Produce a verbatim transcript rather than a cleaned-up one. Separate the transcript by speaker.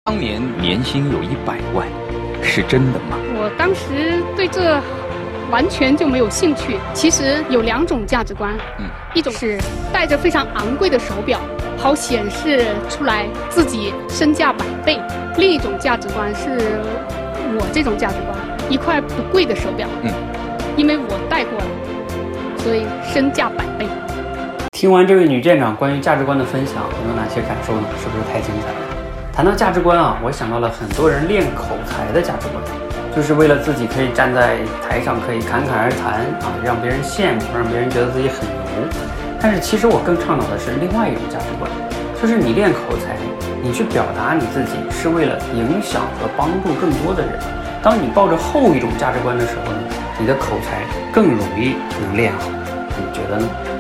Speaker 1: 当年年薪有一百万，是真的吗？
Speaker 2: 我当时对这完全就没有兴趣。其实有两种价值观，嗯，一种是戴着非常昂贵的手表，好显示出来自己身价百倍；另一种价值观是我这种价值观，一块不贵的手表，嗯，因为我戴过了，所以身价百倍。
Speaker 3: 听完这位女店长关于价值观的分享，你有哪些感受呢？是不是太精彩了？谈到价值观啊，我想到了很多人练口才的价值观，就是为了自己可以站在台上可以侃侃而谈啊，让别人羡慕，让别人觉得自己很牛。但是其实我更倡导的是另外一种价值观，就是你练口才，你去表达你自己是为了影响和帮助更多的人。当你抱着后一种价值观的时候呢，你的口才更容易能练好。你觉得呢？